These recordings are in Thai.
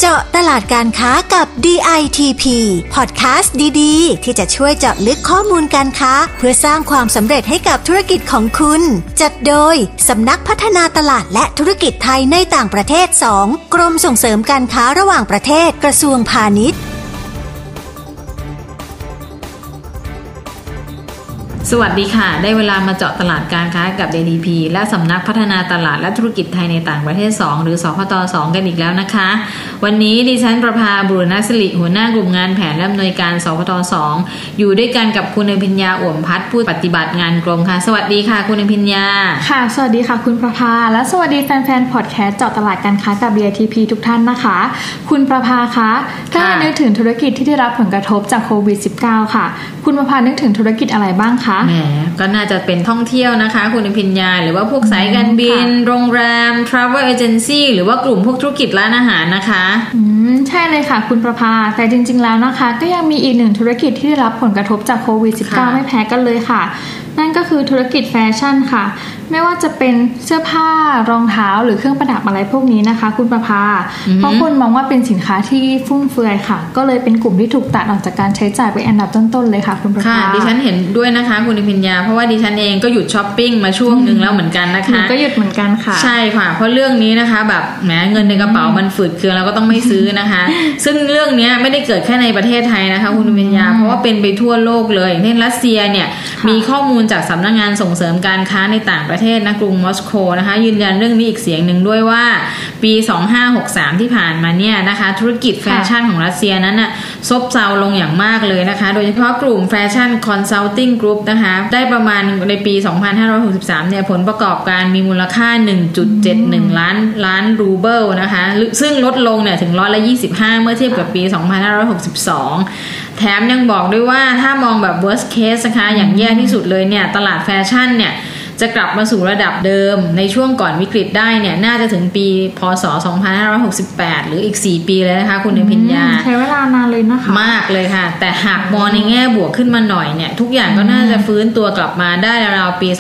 จาะตลาดการค้ากับ DITP พอดแคสต์ดีๆที่จะช่วยเจาะลึกข้อมูลการค้าเพื่อสร้างความสำเร็จให้กับธุรกิจของคุณจัดโดยสำนักพัฒนาตลาดและธุรกิจไทยในต่างประเทศ 2 กรมส่งเสริมการค้าระหว่างประเทศกระทรวงพาณิชย์สวัสดีค่ะได้เวลามาเจาะตลาดการค้ากับ DITP และสำนักพัฒนาตลาดและธุรกิจไทยในต่างประเทศ 2 หรือสพต2 กันอีกแล้วนะคะวันนี้ดิฉันประภาบุรณศิริหัวหน้ากลุ่มงานแผนและอำนวยการสพต2อยู่ด้วยกันกับคุณอภิญญาอ่วมพัฒน์ผู้ปฏิบัติงานกรมค่ะสวัสดีค่ะคุณอภิญญาค่ะสวัสดีค่ะคุณประภาและสวัสดีแฟนๆพอดแคสต์เจาะตลาดการค้ากับ DITP ทุกท่านนะคะคุณประภาคะถ้านึกถึงธุรกิจที่ได้รับผลกระทบจากโควิด -19 ค่ะคุณประภานึกถึงธุรกิจอะไรบ้างคะแหมก็น่าจะเป็นท่องเที่ยวนะคะคุณอภิญญาหรือว่าพวกสายการบินโรงแรม Travel Agency หรือว่ากลุ่มพวกธุรกิจร้านอาหารนะคะใช่เลยค่ะคุณประภาแต่จริงๆแล้วนะคะก็ยังมีอีกหนึ่งธุรกิจที่ได้รับผลกระทบจากโควิด -19 ไม่แพ้กันเลยค่ะนั่นก็คือธุรกิจแฟชั่นค่ะไม่ว่าจะเป็นเสื้อผ้ารองเท้าหรือเครื่องประดับอะไรพวกนี้นะคะคุณประภาเพราะคนมองว่าเป็นสินค้าที่ฟุ่มเฟือยค่ะก็เลยเป็นกลุ่มที่ถูกตัดออกจากการใช้จ่ายไปอันดับต้นๆเลยค่ะคุณประภาค่ะดิฉันเห็นด้วยนะคะคุณอภิญญาเพราะว่าดิฉันเองก็หยุดช้อปปิ้งมาช่วงนึงแล้วเหมือนกันนะคะก็หยุดเหมือนกันค่ะใช่ค่ะเพราะเรื่องนี้นะคะแบบแหมเงินในกระเป๋ามันฝืดเคืองแล้วก็ต้องไม่ซื้อนะคะซึ่งเรื่องนี้ไม่ได้เกิดแค่ในประเทศไทยนะคะคุณอภิญญาเพราะว่าเป็นไปทั่วโลกเลยอย่างเช่นรัสเซียเนี่ยมีข้อมูลจากสำนักงานส่งเสริมการค้าในต่างประเทศนะกรุงมอสโกนะคะยืนยันเรื่องนี้อีกเสียงหนึ่งด้วยว่าปี2563ที่ผ่านมาเนี่ยนะคะธุรกิจแฟชั่นของรัสเซียนั้นน่ะซบเซาลงอย่างมากเลยนะคะโดยเฉพาะกลุ่มแฟชั่นคอนซัลทิงกรุ๊ปนะคะได้ประมาณในปี2563เนี่ยผลประกอบการมีมูลค่า 1.71 ล้านรูเบิลนะคะซึ่งลดลงเนี่ยถึง125%เมื่อเทียบกับปี2562แถมยังบอกด้วยว่าถ้ามองแบบ worst case นะคะอย่างแย่ที่สุดเลยเนี่ยตลาดแฟชั่นเนี่ยจะกลับมาสู่ระดับเดิมในช่วงก่อนวิกฤตได้เนี่ยน่าจะถึงปีพ.ศ. 2568หรืออีก4ปีเลยนะคะคุณอภิญญาใช้เวลานานเลยนะคะมากเลยค่ะแต่หากมองในแง่บวกขึ้นมาหน่อยเนี่ยทุกอย่างก็น่าจะฟื้นตัวกลับมาได้ราวๆปี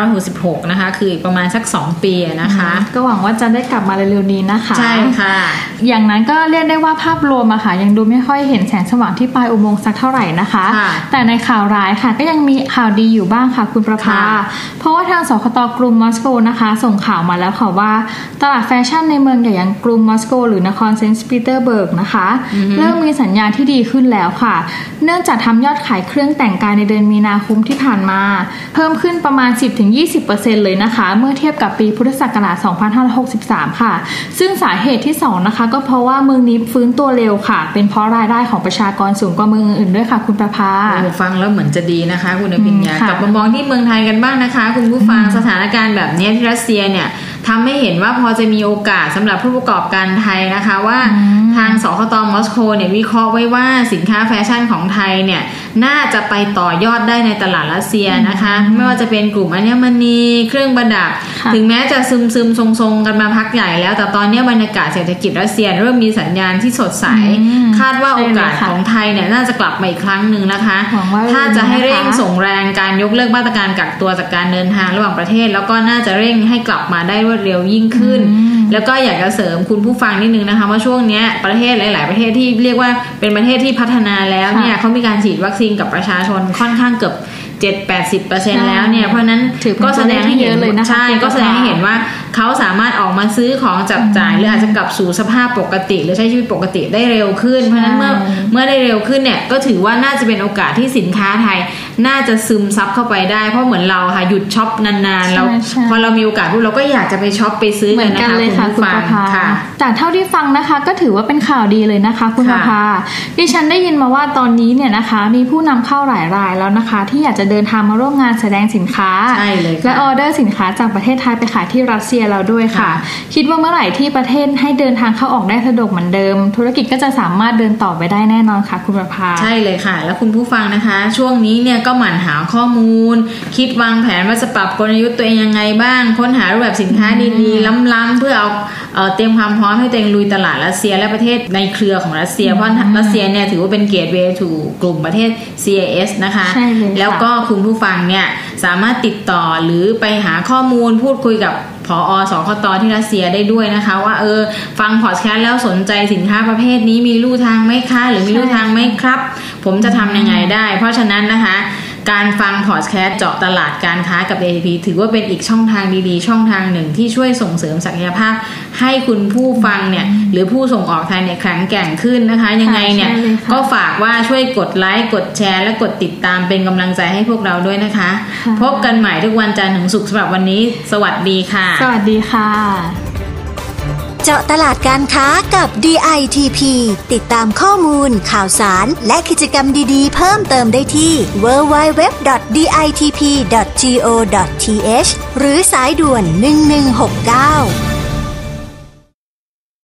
2566นะคะคืออีกประมาณสัก2ปีนะคะก็หวังว่าจะได้กลับมาเร็วๆนี้นะคะใช่ค่ะอย่างนั้นก็เรียกได้ว่าภาพรวมอะค่ะยังดูไม่ค่อยเห็นแสงสว่างที่ปลายอุโมงค์สักเท่าไหร่นะคะแต่ในข่าวร้ายค่ะก็ยังมีข่าวดีอยู่บ้างค่ะคุณประภาเพราะว่าทางสคต.กรุงมอสโกนะคะส่งข่าวมาแล้วค่ะว่าตลาดแฟชั่นในเมืองใหญ่อย่างกรุงมอสโกหรือนครเซนต์ปีเตอร์เบิร์กนะคะเริ่มมีสัญญาณที่ดีขึ้นแล้วค่ะเนื่องจากทำยอดขายเครื่องแต่งกายในเดือนมีนาคมที่ผ่านมาเพิ่มขึ้นประมาณ 10-20% เลยนะคะเมื่อเทียบกับปีพุทธศักราช2563ค่ะซึ่งสาเหตุที่2นะคะก็เพราะว่าเมืองนี้ฟื้นตัวเร็วค่ะเป็นเพราะรายได้ของประชากรสูงกว่าเมืองอื่นๆด้วยค่ะคุณประภาฟังแล้วเหมือนจะดีนะคะคุณอภิญญากลับมามองที่เมืองไทยกันบ้างนะคะคุณผู้ฟังสถานการณ์แบบนี้ที่รัสเซียเนี่ยทำให้เห็นว่าพอจะมีโอกาสสำหรับผู้ประกอบการไทยนะคะว่าทางสคต.มอสโกเนี่ยวิเคราะห์ไว้ว่าสินค้าแฟชั่นของไทยเนี่ยน่าจะไปต่อยอดได้ในตลาดรัสเซียนะคะไม่ว่าจะเป็นกลุ่มอัญมณีเครื่องประดับถึงแม้จะซึมๆทรงๆกันมาพักใหญ่แล้วแต่ตอนนี้บรรยากาศเศรษฐกิจรัสเซียเริ่มมีสัญญาณที่สดใสคาดว่าโอกาสของไทยเนี่ยน่าจะกลับมาอีกครั้งนึงนะคะถ้าจะให้เร่งส่งแรงการยกเลิกมาตรการกักตัวจากการเดินทางระหว่างประเทศแล้วก็น่าจะเร่งให้กลับมาได้รวดเร็วยิ่งขึ้นแล้วก็อยากจะเสริมคุณผู้ฟังนิดนึงนะคะว่าช่วงนี้ประเทศหลายๆประเทศที่เรียกว่าเป็นประเทศที่พัฒนาแล้วเนี่ยเขามีการฉีดวัคซีนกับประชาชนค่อนข้างเกือบ70-80% แล้วเนี่ยเพราะนั้นก็แสดงให้เห็นเลยนะคะใช่ก็แสดงให้เห็นว่าเขาสามารถออกมาซื้อของจับจ่ายหรืออาจจะกลับสู่สภาพปกติหรือใช้ชีวิตปกติได้เร็วขึ้นเพราะนั้นเมื่อได้เร็วขึ้นเนี่ยก็ถือว่าน่าจะเป็นโอกาสที่สินค้าไทยน่าจะซึมซับเข้าไปได้เพราะเหมือนเราค่ะหยุดช็อปนานๆแล้วพอเรามีโอกาสเราก็อยากจะไปช็อปไปซื้อกันนะคะคุณผู้ฟังค่ะแต่เท่าที่ฟังนะคะก็ถือว่าเป็นข่าวดีเลยนะคะคุณประภาดิฉันได้ยินมาว่าตอนนี้เนี่ยนะคะมีผู้นำเข้าหลายรายแล้วนะคะที่อยากจะเดินทางมาร่วมงานแสดงสินค้าและออเดอร์สินค้าจากประเทศไทยไปขายที่รัสเซียแล้วด้วยค่ะคิดว่าเมื่อไหร่ที่ประเทศให้เดินทางเข้าออกได้สะดวกเหมือนเดิมธุรกิจก็จะสามารถเดินต่อไปได้แน่นอนค่ะคุณประภาใช่เลยค่ะแล้วคุณผู้ฟังนะคะช่วงนี้เนี่ยก็หมั่นหาข้อมูลคิดวางแผนว่าจะปรับกลยุทธ์ตัวเองยังไงบ้างค้นหารูปแบบสินค้าดีๆล้ำๆเพื่อเอาเตรียมความพร้อมให้ตัวเองลุยตลาดรัสเซียและประเทศในเครือของรัสเซียเพราะรัสเซียเนี่ยถือว่าเป็นเกตเวย์สู่กลุ่มประเทศ CIS นะคะแล้วก็คุณผู้ฟังเนี่ยสามารถติดต่อหรือไปหาข้อมูลพูดคุยกับพผอ.สคต.ที่รัสเซียได้ด้วยนะคะว่าฟังพอดแคสต์แล้วสนใจสินค้าประเภทนี้มีลู่ทางไหมคะหรือมีลู่ทางไหมครับผมจะทำยังไงได้เพราะฉะนั้นนะคะการฟังพอดแคสต์เจาะตลาดการค้ากับ DITP ถือว่าเป็นอีกช่องทางดีๆช่องทางหนึ่งที่ช่วยส่งเสริมศักยภาพให้คุณผู้ฟังเนี่ยหรือผู้ส่งออกไทยเนี่ยแข็งแกร่งขึ้นนะคะยังไงเนี่ยก็ฝากว่าช่วยกดไลค์กดแชร์และกดติดตามเป็นกำลังใจให้พวกเราด้วยนะคะพบกันใหม่ทุกวันจันทร์ถึงศุกร์สำหรับวันนี้สวัสดีค่ะสวัสดีค่ะเจาะตลาดการค้ากับ DITP ติดตามข้อมูลข่าวสารและกิจกรรมดีๆเพิ่มเติมได้ที่ www.ditp.go.th หรือสายด่วน1169